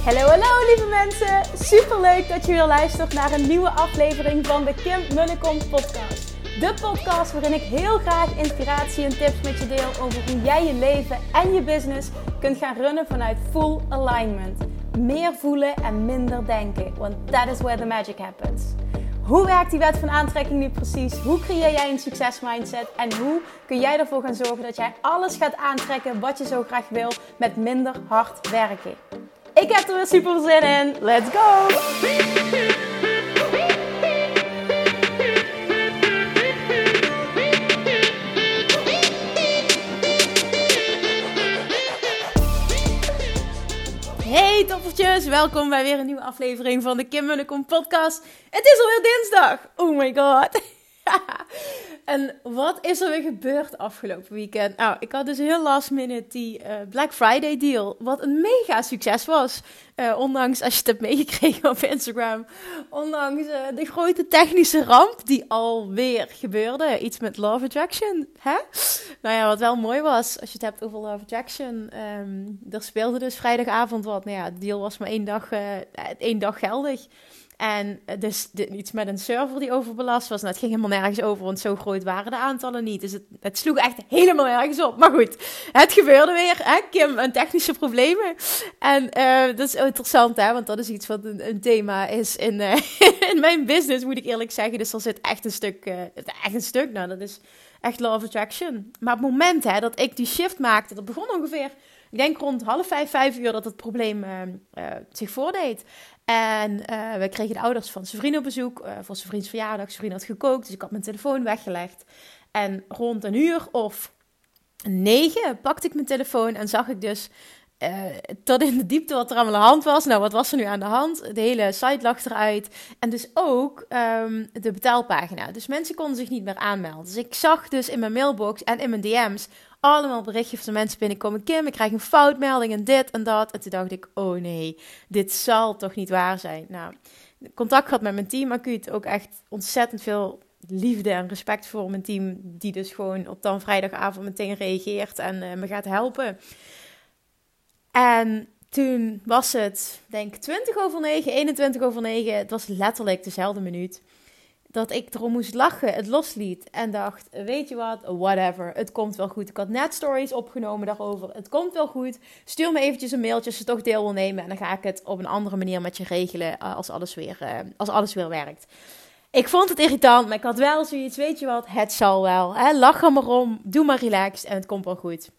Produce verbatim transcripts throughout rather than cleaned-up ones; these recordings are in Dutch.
Hallo, hallo lieve mensen! Superleuk dat je weer luistert naar een nieuwe aflevering van de Kim Munnekom podcast. De podcast waarin ik heel graag inspiratie en tips met je deel over hoe jij je leven en je business kunt gaan runnen vanuit full alignment. Meer voelen en minder denken, want that is where the magic happens. Hoe werkt die wet van aantrekking nu precies? Hoe creëer jij een succesmindset? En hoe kun jij ervoor gaan zorgen dat jij alles gaat aantrekken wat je zo graag wil met minder hard werken? Ik heb er weer super zin in. Let's go! Hey toppertjes, welkom bij weer een nieuwe aflevering van de Kim Munnekom podcast. Het is alweer dinsdag. Oh my god. En wat is er weer gebeurd afgelopen weekend? Nou, ik had dus heel last minute die uh, Black Friday deal, wat een mega succes was. Uh, ondanks, als je het hebt meegekregen op Instagram, ondanks uh, de grote technische ramp die alweer gebeurde. Iets met Law of Attraction, hè? Nou ja, wat wel mooi was, als je het hebt over Law of Attraction, um, er speelde dus vrijdagavond wat. Nou ja, de deal was maar één dag, uh, één dag geldig. En dus de, iets met een server die overbelast was. Nou, het ging helemaal nergens over, want zo groot waren de aantallen niet. Dus het, het sloeg echt helemaal nergens op. Maar goed, het gebeurde weer. Hè? Kim, een technische problemen. En uh, dat is interessant, hè? Want dat is iets wat een, een thema is in, uh, in mijn business, moet ik eerlijk zeggen. Dus er zit echt een stuk, uh, echt een stuk, nou, dat is echt Law of Attraction. Maar op het moment hè, dat ik die shift maakte, dat begon ongeveer, ik denk rond half vijf, vijf uur dat het probleem uh, uh, zich voordeed. En uh, we kregen de ouders van zijn vriend op bezoek. Uh, voor zijn vriends verjaardag. Zijn vriend had gekookt. Dus ik had mijn telefoon weggelegd. En rond een uur of negen pakte ik mijn telefoon. En zag ik dus uh, tot in de diepte wat er aan de hand was. Nou, wat was er nu aan de hand? De hele site lag eruit. En dus ook um, de betaalpagina. Dus mensen konden zich niet meer aanmelden. Dus ik zag dus in mijn mailbox en in mijn D M's allemaal berichtjes van mensen binnenkomen. Kim, ik krijg een foutmelding en dit en dat. En toen dacht ik, oh nee, dit zal toch niet waar zijn. Nou, contact gehad met mijn team acuut. Ook echt ontzettend veel liefde en respect voor mijn team. Die dus gewoon op dan vrijdagavond meteen reageert en uh, me gaat helpen. En toen was het, denk ik, twintig over negen, eenentwintig over negen. Het was letterlijk dezelfde minuut dat ik erom moest lachen, het losliet en dacht, weet je wat, whatever, het komt wel goed. Ik had net stories opgenomen daarover, het komt wel goed. Stuur me eventjes een mailtje als je toch deel wil nemen en dan ga ik het op een andere manier met je regelen als alles weer, uh, als alles weer werkt. Ik vond het irritant, maar ik had wel zoiets, weet je wat, het zal wel. Hè? Lach er maar om, doe maar relaxed en het komt wel goed.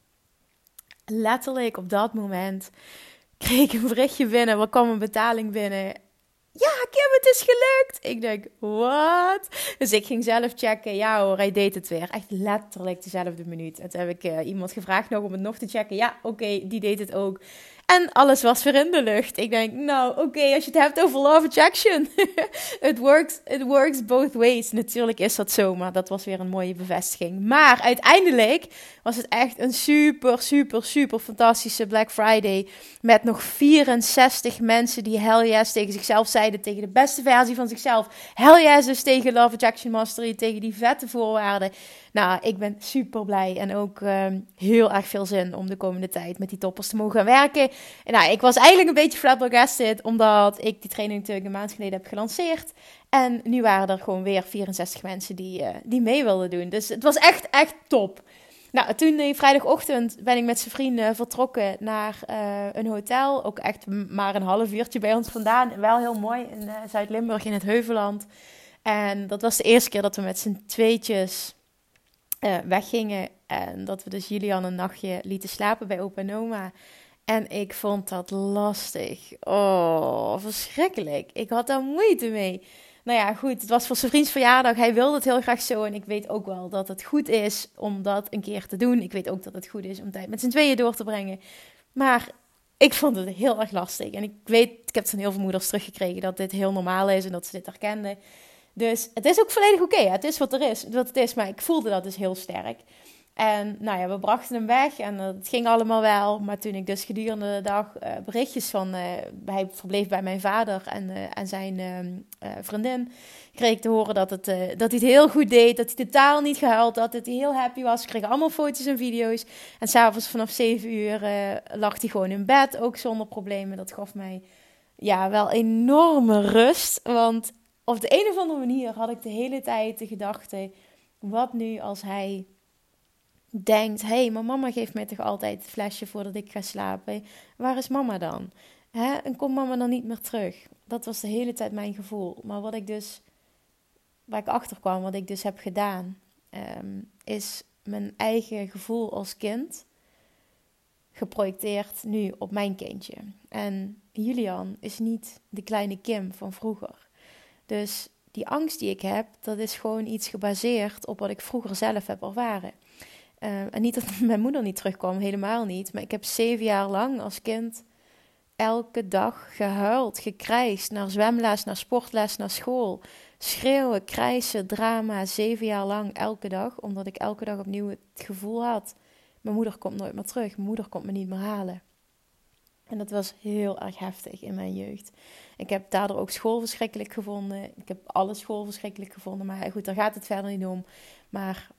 Letterlijk op dat moment kreeg ik een berichtje binnen, er kwam een betaling binnen. Ja, Kim, het is gelukt. Ik denk, wat? Dus ik ging zelf checken. Ja hoor, hij deed het weer. Echt letterlijk dezelfde minuut. En toen heb ik uh, iemand gevraagd nog om het nog te checken. Ja, oké, okay, die deed het ook. En alles was weer in de lucht. Ik denk, nou, oké, okay, als je het hebt over Law of Attraction. it, works, it works both ways. Natuurlijk is dat zo, maar dat was weer een mooie bevestiging. Maar uiteindelijk was het echt een super, super, super fantastische Black Friday. Met nog vierenzestig mensen die hell yes tegen zichzelf zeiden. Tegen de beste versie van zichzelf. Hell yes dus tegen Law of Attraction Mastery. Tegen die vette voorwaarden. Nou, ik ben super blij en ook um, heel erg veel zin om de komende tijd met die toppers te mogen gaan werken. En nou, ik was eigenlijk een beetje flabbergasted, omdat ik die training natuurlijk een maand geleden heb gelanceerd. En nu waren er gewoon weer vierenzestig mensen die, uh, die mee wilden doen. Dus het was echt, echt top. Nou, toen uh, vrijdagochtend ben ik met zijn vrienden vertrokken naar uh, een hotel. Ook echt maar een half uurtje bij ons vandaan. Wel heel mooi in uh, Zuid-Limburg in het Heuvelland. En dat was de eerste keer dat we met z'n tweetjes Uh, weggingen en dat we dus Julian een nachtje lieten slapen bij opa en oma. En ik vond dat lastig. Oh, verschrikkelijk. Ik had daar moeite mee. Nou ja, goed, het was voor zijn vriends verjaardag. Hij wilde het heel graag zo en ik weet ook wel dat het goed is om dat een keer te doen. Ik weet ook dat het goed is om tijd met z'n tweeën door te brengen. Maar ik vond het heel erg lastig. En ik weet, ik heb van heel veel moeders teruggekregen dat dit heel normaal is en dat ze dit herkenden. Dus het is ook volledig oké. Okay, het is wat er is, wat het is. Maar ik voelde dat dus heel sterk. En nou ja, we brachten hem weg en het ging allemaal wel. Maar toen ik dus gedurende de dag uh, berichtjes van... Uh, hij verbleef bij mijn vader en, uh, en zijn uh, uh, vriendin... kreeg ik te horen dat, het, uh, dat hij het heel goed deed. Dat hij totaal niet gehuild had. Dat hij heel happy was. Ik kreeg allemaal foto's en video's. En s'avonds vanaf zeven uur uh, lag hij gewoon in bed. Ook zonder problemen. Dat gaf mij ja, wel enorme rust. Want op de een of andere manier had ik de hele tijd de gedachte... wat nu als hij... denkt, hé, hey, mijn mama geeft mij toch altijd het flesje voordat ik ga slapen. Waar is mama dan? Hè? En komt mama dan niet meer terug? Dat was de hele tijd mijn gevoel. Maar wat ik dus, waar ik achter kwam, wat ik dus heb gedaan, um, is mijn eigen gevoel als kind geprojecteerd nu op mijn kindje. En Julian is niet de kleine Kim van vroeger. Dus die angst die ik heb, dat is gewoon iets gebaseerd op wat ik vroeger zelf heb ervaren. Uh, en niet dat mijn moeder niet terugkwam, helemaal niet. Maar ik heb zeven jaar lang als kind elke dag gehuild, gekrijsd. Naar zwemles, naar sportles, naar school. Schreeuwen, krijsen, drama, zeven jaar lang, elke dag. Omdat ik elke dag opnieuw het gevoel had... mijn moeder komt nooit meer terug, mijn moeder komt me niet meer halen. En dat was heel erg heftig in mijn jeugd. Ik heb daardoor ook school verschrikkelijk gevonden. Ik heb alle school verschrikkelijk gevonden. Maar goed, daar gaat het verder niet om. Maar...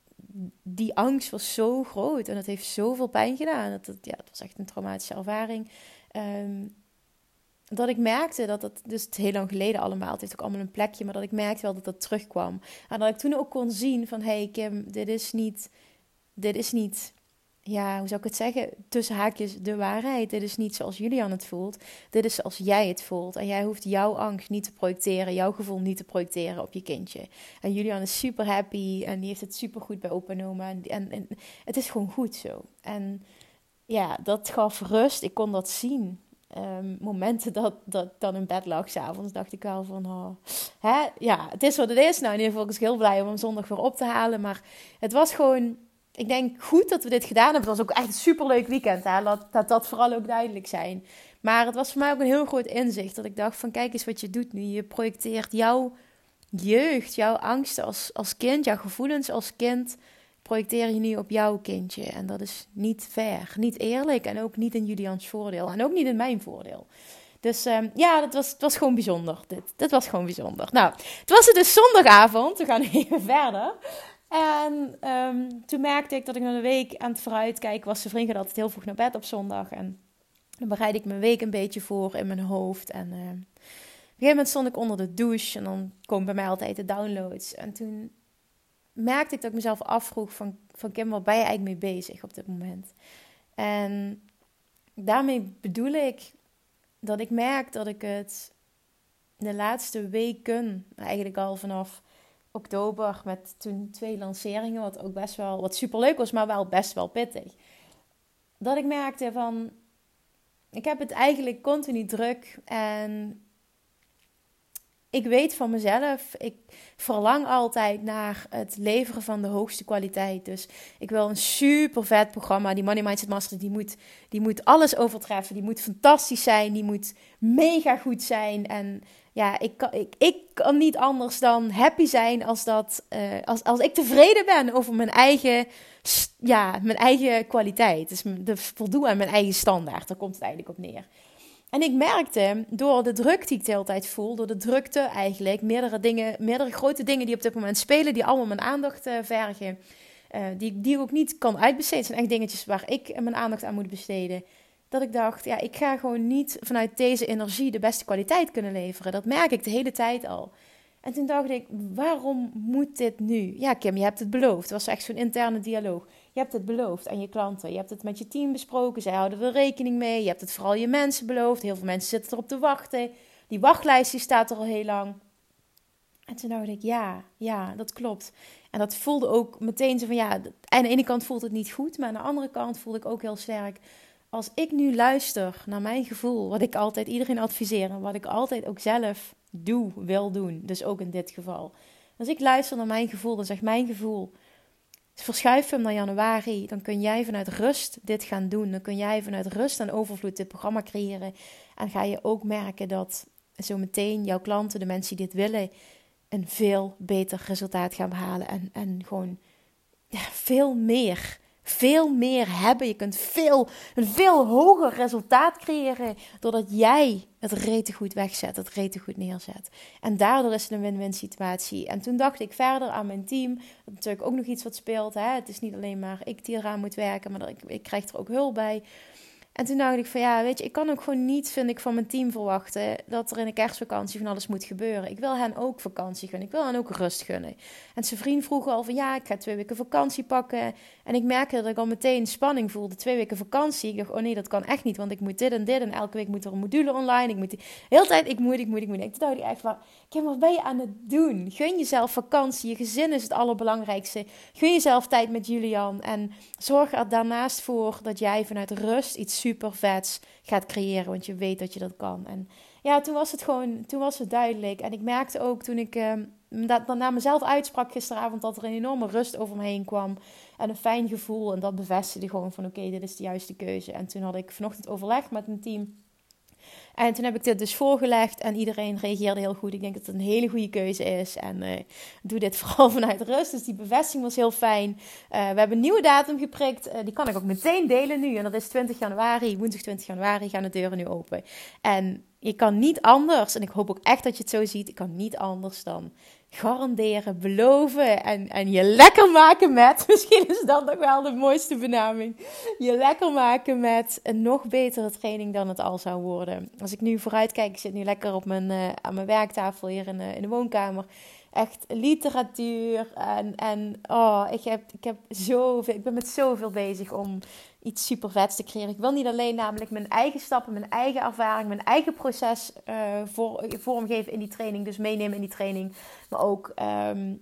die angst was zo groot en dat heeft zoveel pijn gedaan. Dat, het, ja, het was echt een traumatische ervaring. Um, dat ik merkte dat het, dus het heel lang geleden allemaal, het heeft ook allemaal een plekje, maar dat ik merkte wel dat dat terugkwam. En dat ik toen ook kon zien van, hé hey Kim, dit is niet, dit is niet, ja, hoe zou ik het zeggen, tussen haakjes de waarheid. Dit is niet zoals Julian het voelt. Dit is zoals jij het voelt. En jij hoeft jouw angst niet te projecteren, jouw gevoel niet te projecteren op je kindje. En Julian is super happy en die heeft het super goed bij opa en oma. En, en, en het is gewoon goed zo. En ja, dat gaf rust. Ik kon dat zien. Um, momenten dat, dat ik dan in bed lag 's avonds, dacht ik wel van, oh, hè? Ja, het is wat het is. Nou, in ieder geval was ik heel blij om hem zondag weer op te halen. Maar het was gewoon... ik denk goed dat we dit gedaan hebben. Het was ook echt een superleuk weekend. Hè? Laat dat, dat vooral ook duidelijk zijn. Maar het was voor mij ook een heel groot inzicht. Dat ik dacht van kijk eens wat je doet nu. Je projecteert jouw jeugd, jouw angsten als, als kind, jouw gevoelens als kind. Projecteer je nu op jouw kindje. En dat is niet fair, niet eerlijk. En ook niet in Julians voordeel. En ook niet in mijn voordeel. Dus um, ja, dat was, het was gewoon bijzonder. Dit, dit was gewoon bijzonder. Nou, het was het dus zondagavond. We gaan even verder. En um, toen merkte ik dat ik naar de week aan het vooruitkijken was. De vriend gaat altijd heel vroeg naar bed op zondag. En dan bereid ik mijn week een beetje voor in mijn hoofd. En uh, op een gegeven moment stond ik onder de douche. En dan komen bij mij altijd de downloads. En toen merkte ik dat ik mezelf afvroeg van, van Kim, wat ben je eigenlijk mee bezig op dit moment? En daarmee bedoel ik dat ik merk dat ik het de laatste weken, eigenlijk al vanaf oktober met toen twee lanceringen, wat ook best wel, wat superleuk was, maar wel best wel pittig. Dat ik merkte van, ik heb het eigenlijk continu druk en ik weet van mezelf, ik verlang altijd naar het leveren van de hoogste kwaliteit. Dus ik wil een super vet programma. Die Money Mindset Master, die moet, die moet alles overtreffen. Die moet fantastisch zijn. Die moet mega goed zijn. En ja, ik kan, ik, ik kan niet anders dan happy zijn als, dat, uh, als, als ik tevreden ben over mijn eigen, ja, mijn eigen kwaliteit. Dus de voldoen aan mijn eigen standaard. Daar komt het eigenlijk op neer. En ik merkte, door de druk die ik de hele tijd voel, door de drukte eigenlijk, meerdere dingen, meerdere grote dingen die op dit moment spelen, die allemaal mijn aandacht uh, vergen, uh, die, die ik ook niet kan uitbesteden. Het zijn echt dingetjes waar ik mijn aandacht aan moet besteden. Dat ik dacht, ja, ik ga gewoon niet vanuit deze energie de beste kwaliteit kunnen leveren. Dat merk ik de hele tijd al. En toen dacht ik, waarom moet dit nu? Ja, Kim, je hebt het beloofd. Het was echt zo'n interne dialoog. Je hebt het beloofd aan je klanten. Je hebt het met je team besproken. Zij houden er rekening mee. Je hebt het vooral je mensen beloofd. Heel veel mensen zitten erop te wachten. Die wachtlijst die staat er al heel lang. En toen dacht ik, ja, ja, dat klopt. En dat voelde ook meteen zo van, ja, aan de ene kant voelt het niet goed. Maar aan de andere kant voelde ik ook heel sterk, als ik nu luister naar mijn gevoel, wat ik altijd iedereen adviseer en wat ik altijd ook zelf doe, wil doen. Dus ook in dit geval. Als ik luister naar mijn gevoel, dan zegt mijn gevoel, verschuif hem naar januari. Dan kun jij vanuit rust dit gaan doen. Dan kun jij vanuit rust en overvloed dit programma creëren. En ga je ook merken dat zo meteen jouw klanten, de mensen die dit willen, een veel beter resultaat gaan behalen. En, en gewoon ja, veel meer. Veel meer hebben. Je kunt veel, een veel hoger resultaat creëren doordat jij het rete goed wegzet, het rete goed neerzet. En daardoor is het een win-win situatie. En toen dacht ik verder aan mijn team. Dat is natuurlijk ook nog iets wat speelt. Hè? Het is niet alleen maar ik die eraan moet werken, maar ik, ik krijg er ook hulp bij. En toen dacht ik van ja, weet je, ik kan ook gewoon niet, vind ik, van mijn team verwachten dat er in de kerstvakantie van alles moet gebeuren. Ik wil hen ook vakantie gunnen. Ik wil hen ook rust gunnen. En zijn vriend vroeg al van ja, ik ga twee weken vakantie pakken. En ik merkte dat ik al meteen spanning voelde. Twee weken vakantie. Ik dacht, oh nee, dat kan echt niet, want ik moet dit en dit. En elke week moet er een module online. Ik moet de hele tijd, ik moet, ik moet, ik moet. En toen dacht ik echt van, Kim, wat ben je aan het doen? Gun jezelf vakantie. Je gezin is het allerbelangrijkste. Gun jezelf tijd met Julian. En zorg er daarnaast voor dat jij vanuit rust iets super vets gaat creëren, want je weet dat je dat kan. En ja, toen was het gewoon, toen was het duidelijk. En ik merkte ook toen ik uh, dat dan naar mezelf uitsprak gisteravond, dat er een enorme rust over me heen kwam en een fijn gevoel. En dat bevestigde gewoon van oké, okay, dit is de juiste keuze. En toen had ik vanochtend overlegd met mijn team. En toen heb ik dit dus voorgelegd en iedereen reageerde heel goed. Ik denk dat het een hele goede keuze is. En uh, doe dit vooral vanuit rust. Dus die bevestiging was heel fijn. Uh, we hebben een nieuwe datum geprikt. Uh, die kan ik ook meteen delen nu. En dat is twintig januari. Woensdag twintig januari gaan de deuren nu open. En je kan niet anders, en ik hoop ook echt dat je het zo ziet. Ik kan niet anders dan garanderen, beloven en, en je lekker maken met, misschien is dat nog wel de mooiste benaming, je lekker maken met een nog betere training dan het al zou worden. Als ik nu vooruit kijk, ik zit nu lekker op mijn, uh, aan mijn werktafel hier in, uh, in de woonkamer. Echt literatuur en, en oh, ik, heb, ik, heb zoveel, ik ben met zoveel bezig om iets super vets te creëren. Ik wil niet alleen namelijk mijn eigen stappen, mijn eigen ervaring, mijn eigen proces uh, voor, vormgeven in die training. Dus meenemen in die training. Maar ook um,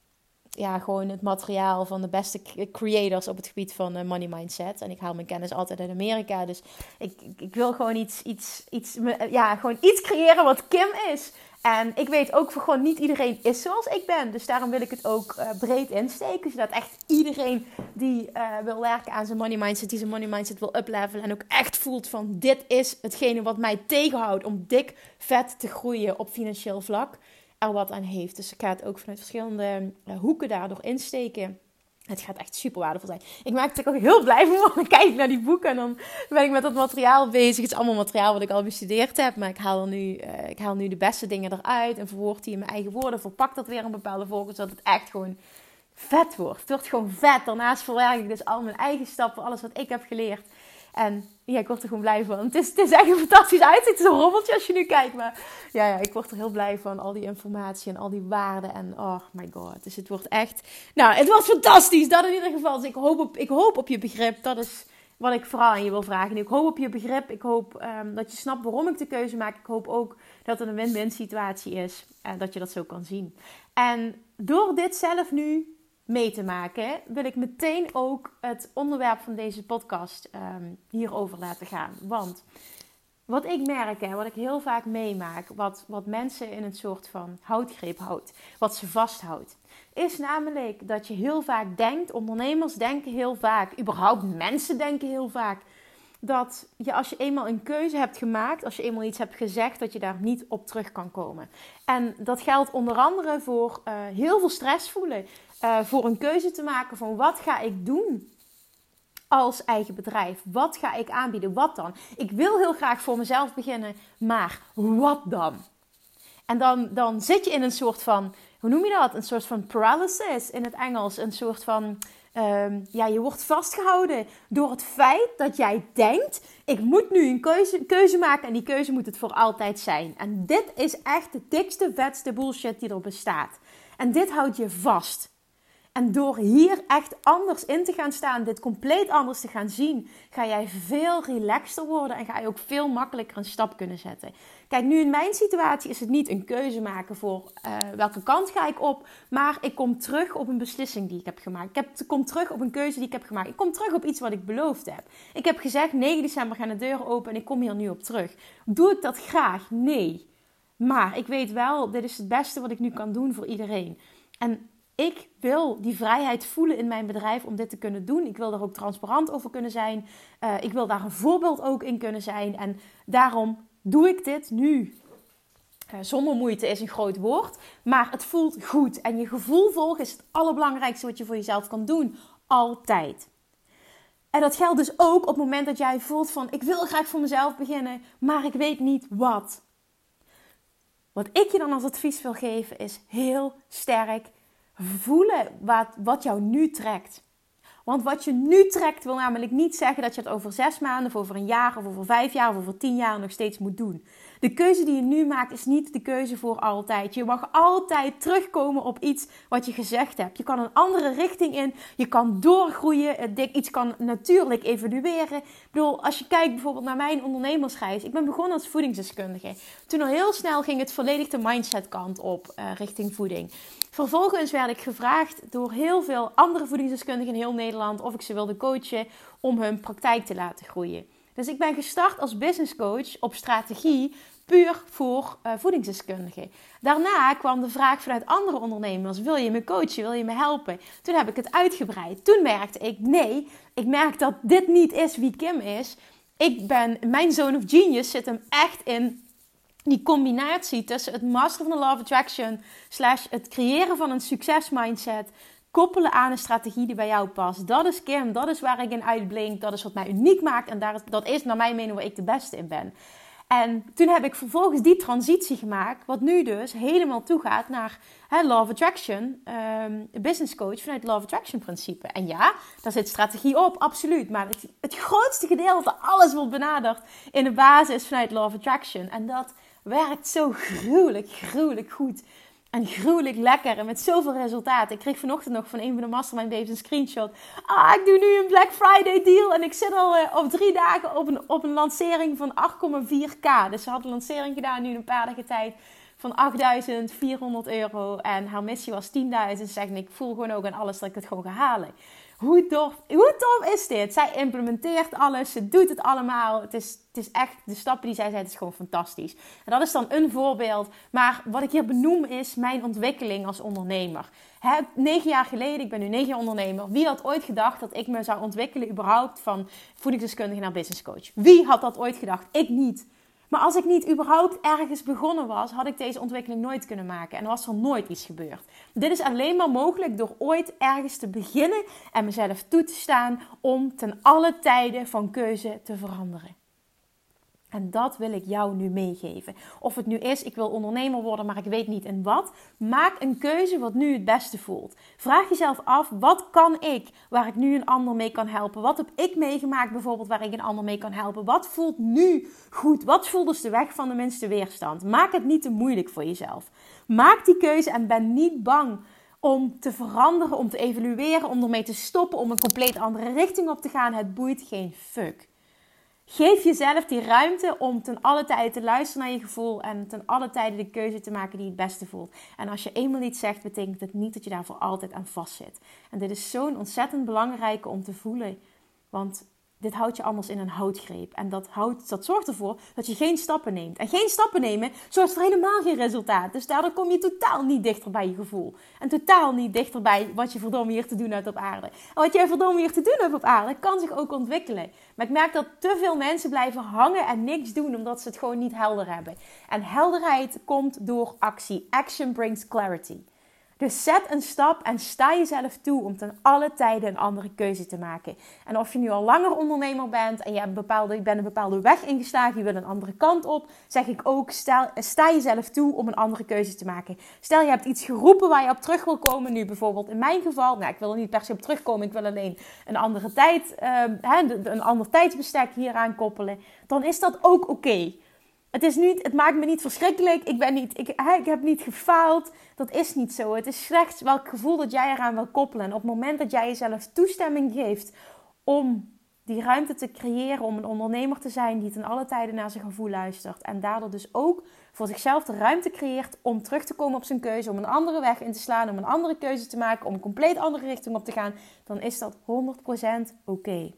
ja, gewoon het materiaal van de beste creators op het gebied van uh, money mindset. En ik haal mijn kennis altijd uit Amerika. Dus ik, ik, ik wil gewoon iets, iets, iets, ja, gewoon iets creëren wat Kim is. En ik weet ook voor gewoon niet iedereen is zoals ik ben. Dus daarom wil ik het ook uh, breed insteken. Zodat echt iedereen die uh, wil werken aan zijn money mindset, die zijn money mindset wil uplevelen. En ook echt voelt van dit is hetgene wat mij tegenhoudt om dik vet te groeien op financieel vlak. Er wat aan heeft. Dus ik ga het ook vanuit verschillende uh, hoeken daardoor insteken. Het gaat echt super waardevol zijn. Ik maak het ook heel blij van. Want dan kijk ik naar die boeken en dan ben ik met dat materiaal bezig. Het is allemaal materiaal wat ik al bestudeerd heb. Maar ik haal, er nu, uh, ik haal nu de beste dingen eruit. En verwoord die in mijn eigen woorden. Verpak dat weer in bepaalde volgorde. Zodat het echt gewoon vet wordt. Het wordt gewoon vet. Daarnaast verwerk ik dus al mijn eigen stappen. Alles wat ik heb geleerd. En ja, ik word er gewoon blij van. Het is, het is echt een fantastisch uitzicht. Het is een rommeltje als je nu kijkt. Maar ja, ja, ik word er heel blij van. Al die informatie en al die waarden. En oh my god. Dus het wordt echt... Nou, het wordt fantastisch. Dat in ieder geval. Dus ik hoop op, ik hoop op je begrip. Dat is wat ik vooral aan je wil vragen. Ik hoop op je begrip. Ik hoop um, dat je snapt waarom ik de keuze maak. Ik hoop ook dat het een win-win situatie is. En dat je dat zo kan zien. En door dit zelf nu mee te maken, wil ik meteen ook het onderwerp van deze podcast um, hierover laten gaan. Want wat ik merk en wat ik heel vaak meemaak, wat, wat mensen in een soort van houtgreep houdt, wat ze vasthoudt, is namelijk dat je heel vaak denkt, ondernemers denken heel vaak, überhaupt mensen denken heel vaak, dat je als je eenmaal een keuze hebt gemaakt, als je eenmaal iets hebt gezegd, dat je daar niet op terug kan komen. En dat geldt onder andere voor uh, heel veel stress voelen. Uh, voor een keuze te maken van wat ga ik doen als eigen bedrijf? Wat ga ik aanbieden? Wat dan? Ik wil heel graag voor mezelf beginnen, maar wat dan? En dan, dan zit je in een soort van, hoe noem je dat? Een soort van paralysis in het Engels. Een soort van, um, ja, je wordt vastgehouden door het feit dat jij denkt, ik moet nu een keuze, keuze maken en die keuze moet het voor altijd zijn. En dit is echt de dikste, vetste bullshit die er bestaat. En dit houdt je vast. En door hier echt anders in te gaan staan, dit compleet anders te gaan zien, ga jij veel relaxter worden en ga je ook veel makkelijker een stap kunnen zetten. Kijk, nu in mijn situatie is het niet een keuze maken voor uh, welke kant ga ik op, maar ik kom terug op een beslissing die ik heb gemaakt. Ik, heb, ik kom terug op een keuze die ik heb gemaakt. Ik kom terug op iets wat ik beloofd heb. Ik heb gezegd, negen december gaan de deuren open en ik kom hier nu op terug. Doe ik dat graag? Nee. Maar ik weet wel, dit is het beste wat ik nu kan doen voor iedereen. En ik wil die vrijheid voelen in mijn bedrijf om dit te kunnen doen. Ik wil daar ook transparant over kunnen zijn. Uh, ik wil daar een voorbeeld ook in kunnen zijn. En daarom doe ik dit nu. Uh, zonder moeite is een groot woord, maar het voelt goed. En je gevoel volgen is het allerbelangrijkste wat je voor jezelf kan doen. Altijd. En dat geldt dus ook op het moment dat jij voelt van, ik wil graag voor mezelf beginnen, maar ik weet niet wat. Wat ik je dan als advies wil geven is heel sterk voelen wat, wat jou nu trekt. Want wat je nu trekt wil namelijk niet zeggen dat je het over zes maanden of over een jaar of over vijf jaar of over tien jaar nog steeds moet doen. De keuze die je nu maakt is niet de keuze voor altijd. Je mag altijd terugkomen op iets wat je gezegd hebt. Je kan een andere richting in. Je kan doorgroeien. Iets kan natuurlijk evolueren. Ik bedoel, als je kijkt bijvoorbeeld naar mijn ondernemersreis. Ik ben begonnen als voedingsdeskundige. Toen al heel snel ging het volledig de mindset kant op uh, richting voeding. Vervolgens werd ik gevraagd door heel veel andere voedingsdeskundigen in heel Nederland of ik ze wilde coachen om hun praktijk te laten groeien. Dus ik ben gestart als business coach op strategie, puur voor uh, voedingsdeskundigen. Daarna kwam de vraag vanuit andere ondernemers, wil je me coachen, wil je me helpen? Toen heb ik het uitgebreid. Toen merkte ik, nee, ik merk dat dit niet is wie Kim is. Ik ben, mijn zone of genius zit hem echt in die combinatie tussen het masteren van de law of attraction slash het creëren van een succesmindset, koppelen aan een strategie die bij jou past. Dat is Kim, dat is waar ik in uitblink, dat is wat mij uniek maakt en daar is, dat is naar mijn mening waar ik de beste in ben. En toen heb ik vervolgens die transitie gemaakt, wat nu dus helemaal toegaat naar hè, Law of Attraction, um, business coach vanuit Law of Attraction principe. En ja, daar zit strategie op, absoluut. Maar het, het grootste gedeelte, alles wordt benaderd in de basis vanuit Law of Attraction. En dat werkt zo gruwelijk, gruwelijk goed. En gruwelijk lekker en met zoveel resultaten. Ik kreeg vanochtend nog van een van de mastermind babes een screenshot. Ah, ik doe nu een Black Friday deal. En ik zit al uh, op drie dagen op een, op een lancering van acht komma vier k. Dus ze had een lancering gedaan nu een paar dagen tijd van achtduizend vierhonderd euro. En haar missie was tienduizend. Ze zegt, ik voel gewoon ook aan alles dat ik het gewoon ga halen. Hoe tof, hoe tof is dit? Zij implementeert alles, ze doet het allemaal. Het is, het is echt, de stappen die zij zet, is gewoon fantastisch. En dat is dan een voorbeeld. Maar wat ik hier benoem is mijn ontwikkeling als ondernemer. He, negen jaar geleden, ik ben nu negen jaar ondernemer. Wie had ooit gedacht dat ik me zou ontwikkelen überhaupt van voedingsdeskundige naar business coach? Wie had dat ooit gedacht? Ik niet. Maar als ik niet überhaupt ergens begonnen was, had ik deze ontwikkeling nooit kunnen maken. En er was er nooit iets gebeurd. Dit is alleen maar mogelijk door ooit ergens te beginnen en mezelf toe te staan om ten alle tijden van keuze te veranderen. En dat wil ik jou nu meegeven. Of het nu is, ik wil ondernemer worden, maar ik weet niet in wat. Maak een keuze wat nu het beste voelt. Vraag jezelf af, wat kan ik waar ik nu een ander mee kan helpen? Wat heb ik meegemaakt bijvoorbeeld waar ik een ander mee kan helpen? Wat voelt nu goed? Wat voelt dus de weg van de minste weerstand? Maak het niet te moeilijk voor jezelf. Maak die keuze en ben niet bang om te veranderen, om te evalueren, om ermee te stoppen, om een compleet andere richting op te gaan. Het boeit geen fuck. Geef jezelf die ruimte om ten alle tijde te luisteren naar je gevoel en ten alle tijde de keuze te maken die het beste voelt. En als je eenmaal iets zegt, betekent het niet dat je daar voor altijd aan vastzit. En dit is zo'n ontzettend belangrijke om te voelen, want dit houdt je anders in een houtgreep. En dat, houdt, dat zorgt ervoor dat je geen stappen neemt. En geen stappen nemen zorgt voor helemaal geen resultaat. Dus daardoor kom je totaal niet dichter bij je gevoel. En totaal niet dichter bij wat je verdomme hier te doen hebt op aarde. En wat jij verdomme hier te doen hebt op aarde, kan zich ook ontwikkelen. Maar ik merk dat te veel mensen blijven hangen en niks doen, omdat ze het gewoon niet helder hebben. En helderheid komt door actie. Action brings clarity. Dus zet een stap en sta jezelf toe om ten alle tijden een andere keuze te maken. En of je nu al langer ondernemer bent en je, hebt een bepaalde, je bent een bepaalde weg ingeslagen, je wil een andere kant op, zeg ik ook, stel, sta jezelf toe om een andere keuze te maken. Stel je hebt iets geroepen waar je op terug wil komen, nu bijvoorbeeld in mijn geval, nou ik wil er niet per se op terugkomen, ik wil alleen een andere tijd, uh, een ander tijdsbestek hieraan koppelen, dan is dat ook oké. Okay. Het, is niet, het maakt me niet verschrikkelijk. Ik, ben niet, ik, ik heb niet gefaald. Dat is niet zo. Het is slechts welk gevoel dat jij eraan wil koppelen. En op het moment dat jij jezelf toestemming geeft om die ruimte te creëren, om een ondernemer te zijn die ten alle tijden naar zijn gevoel luistert. En daardoor dus ook voor zichzelf de ruimte creëert om terug te komen op zijn keuze. Om een andere weg in te slaan. Om een andere keuze te maken. Om een compleet andere richting op te gaan. Dan is dat honderd procent oké. Okay.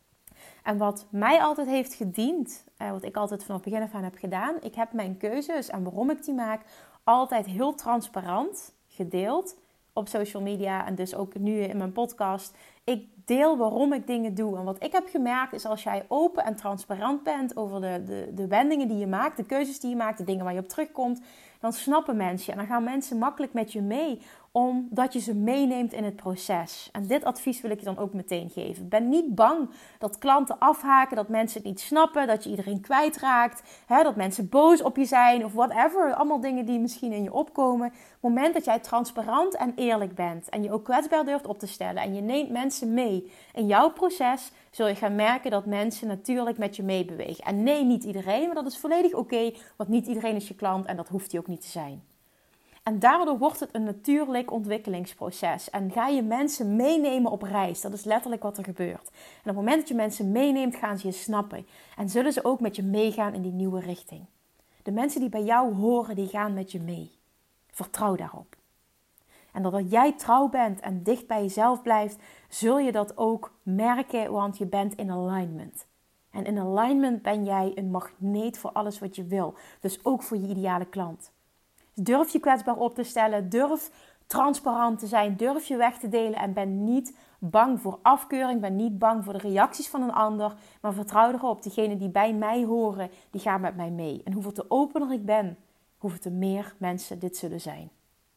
En wat mij altijd heeft gediend, wat ik altijd vanaf het begin af aan heb gedaan, ik heb mijn keuzes en waarom ik die maak altijd heel transparant gedeeld op social media en dus ook nu in mijn podcast. Ik deel waarom ik dingen doe. En wat ik heb gemerkt is als jij open en transparant bent over de, de, de wendingen die je maakt, de keuzes die je maakt, de dingen waar je op terugkomt, dan snappen mensen en dan gaan mensen makkelijk met je mee, omdat je ze meeneemt in het proces. En dit advies wil ik je dan ook meteen geven. Ben niet bang dat klanten afhaken, dat mensen het niet snappen, dat je iedereen kwijtraakt, hè, dat mensen boos op je zijn of whatever. Allemaal dingen die misschien in je opkomen. Op het moment dat jij transparant en eerlijk bent en je ook kwetsbaar durft op te stellen en je neemt mensen mee in jouw proces, zul je gaan merken dat mensen natuurlijk met je meebewegen. En nee, niet iedereen, maar dat is volledig oké, want niet iedereen is je klant en dat hoeft hij ook niet te zijn. En daardoor wordt het een natuurlijk ontwikkelingsproces. En ga je mensen meenemen op reis. Dat is letterlijk wat er gebeurt. En op het moment dat je mensen meeneemt, gaan ze je snappen. En zullen ze ook met je meegaan in die nieuwe richting. De mensen die bij jou horen, die gaan met je mee. Vertrouw daarop. En doordat jij trouw bent en dicht bij jezelf blijft, zul je dat ook merken, want je bent in alignment. En in alignment ben jij een magneet voor alles wat je wil. Dus ook voor je ideale klant. Durf je kwetsbaar op te stellen, durf transparant te zijn, durf je weg te delen en ben niet bang voor afkeuring, ben niet bang voor de reacties van een ander, maar vertrouw erop, degenen die bij mij horen, die gaan met mij mee. En hoeveel te opener ik ben, hoeveel te meer mensen dit zullen zijn.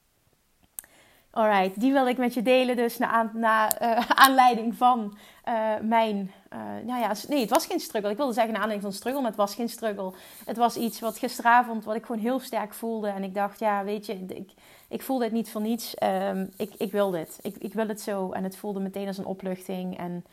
Alright, die wil ik met je delen dus na, na uh, aanleiding van uh, mijn... Uh, nou ja, nee, het was geen struggle. Ik wilde zeggen na aanleiding van struggle, maar het was geen struggle. Het was iets wat gisteravond, wat ik gewoon heel sterk voelde. En ik dacht, ja, weet je, ik, ik voel dit niet voor niets. Um, ik, ik wil dit. Ik, ik wil het zo. En het voelde meteen als een opluchting. En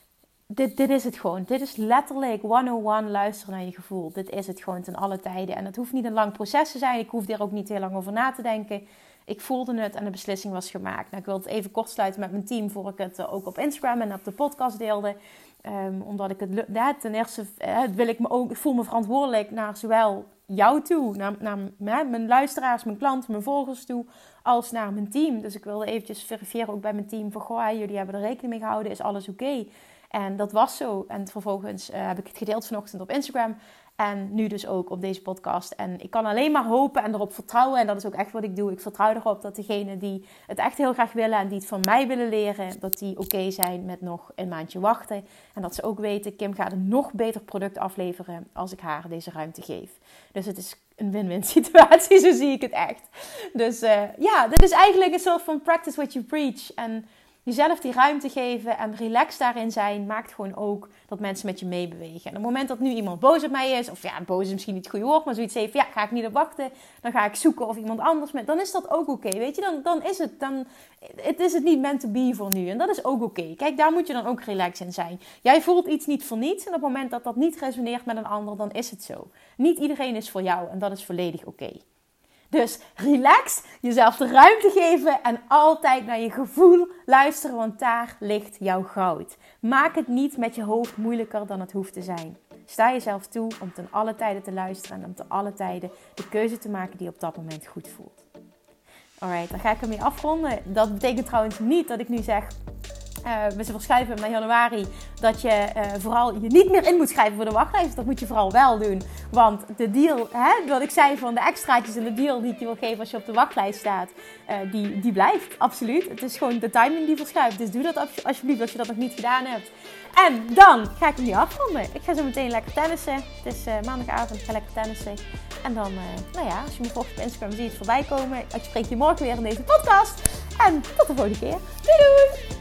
dit, dit is het gewoon. Dit is letterlijk honderdéén luisteren naar je gevoel. Dit is het gewoon ten alle tijden. En het hoeft niet een lang proces te zijn. Ik hoef er ook niet heel lang over na te denken. Ik voelde het en de beslissing was gemaakt. Nou, ik wil het even kort sluiten met mijn team, voor ik het ook op Instagram en op de podcast deelde. Um, omdat ik het, ja, ten eerste uh, wil ik me ook, ik voel me verantwoordelijk naar zowel jou toe, naar, naar uh, mijn luisteraars, mijn klanten, mijn volgers toe, als naar mijn team. Dus ik wilde eventjes verifiëren ook bij mijn team van, goh, jullie hebben er rekening mee gehouden, is alles oké? Okay? En dat was zo. En vervolgens uh, heb ik het gedeeld vanochtend op Instagram. En nu dus ook op deze podcast. En ik kan alleen maar hopen en erop vertrouwen. En dat is ook echt wat ik doe. Ik vertrouw erop dat degenen die het echt heel graag willen en die het van mij willen leren, dat die oké okay zijn met nog een maandje wachten. En dat ze ook weten, Kim gaat een nog beter product afleveren als ik haar deze ruimte geef. Dus het is een win-win situatie, zo zie ik het echt. Dus uh, ja, dit is eigenlijk een soort van practice what you preach. En jezelf die ruimte geven en relaxed daarin zijn, maakt gewoon ook dat mensen met je meebewegen. En op het moment dat nu iemand boos op mij is, of ja, boos is misschien niet het goede woord, maar zoiets heeft, ja, ga ik niet op wachten, dan ga ik zoeken of iemand anders met, dan is dat ook oké, okay, weet je, dan, dan is het, dan het is het niet meant to be voor nu, en dat is ook oké. Okay. Kijk, daar moet je dan ook relaxed in zijn. Jij voelt iets niet voor niets, en op het moment dat dat niet resoneert met een ander, dan is het zo. Niet iedereen is voor jou, en dat is volledig oké. Okay. Dus relax, jezelf de ruimte geven en altijd naar je gevoel luisteren, want daar ligt jouw goud. Maak het niet met je hoofd moeilijker dan het hoeft te zijn. Sta jezelf toe om ten alle tijden te luisteren en om ten alle tijden de keuze te maken die op dat moment goed voelt. Alright, dan ga ik ermee afronden. Dat betekent trouwens niet dat ik nu zeg, Uh, we verschuiven naar januari, dat je uh, vooral je niet meer in moet schrijven voor de wachtlijst. Dat moet je vooral wel doen. Want de deal, hè, wat ik zei van de extraatjes en de deal die ik je wil geven als je op de wachtlijst staat, uh, die, die blijft, absoluut. Het is gewoon de timing die verschuift. Dus doe dat alsjeblieft als je dat nog niet gedaan hebt. En dan ga ik hem nu afronden. Ik ga zo meteen lekker tennissen. Het is uh, maandagavond, ik ga lekker tennissen. En dan, uh, nou ja, als je me volgt op Instagram, zie je het voorbij komen. Ik spreek je morgen weer in deze podcast. En tot de volgende keer. Doei doei!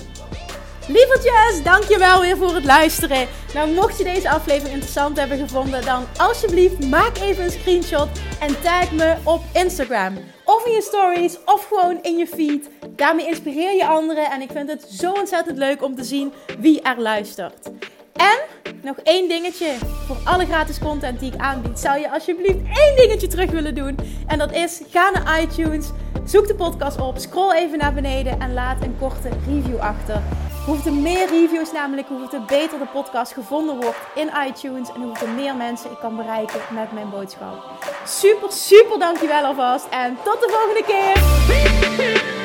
Lievertjes, dankjewel weer voor het luisteren. Nou, mocht je deze aflevering interessant hebben gevonden, dan alsjeblieft maak even een screenshot en tag me op Instagram. Of in je stories, of gewoon in je feed. Daarmee inspireer je anderen en ik vind het zo ontzettend leuk om te zien wie er luistert. En nog één dingetje. Voor alle gratis content die ik aanbied, zou je alsjeblieft één dingetje terug willen doen. En dat is, ga naar iTunes, zoek de podcast op, scroll even naar beneden en laat een korte review achter. Hoeveel meer reviews namelijk, hoeveel beter de podcast gevonden wordt in iTunes. En hoeveel meer mensen ik kan bereiken met mijn boodschap. Super, super dankjewel alvast. En tot de volgende keer.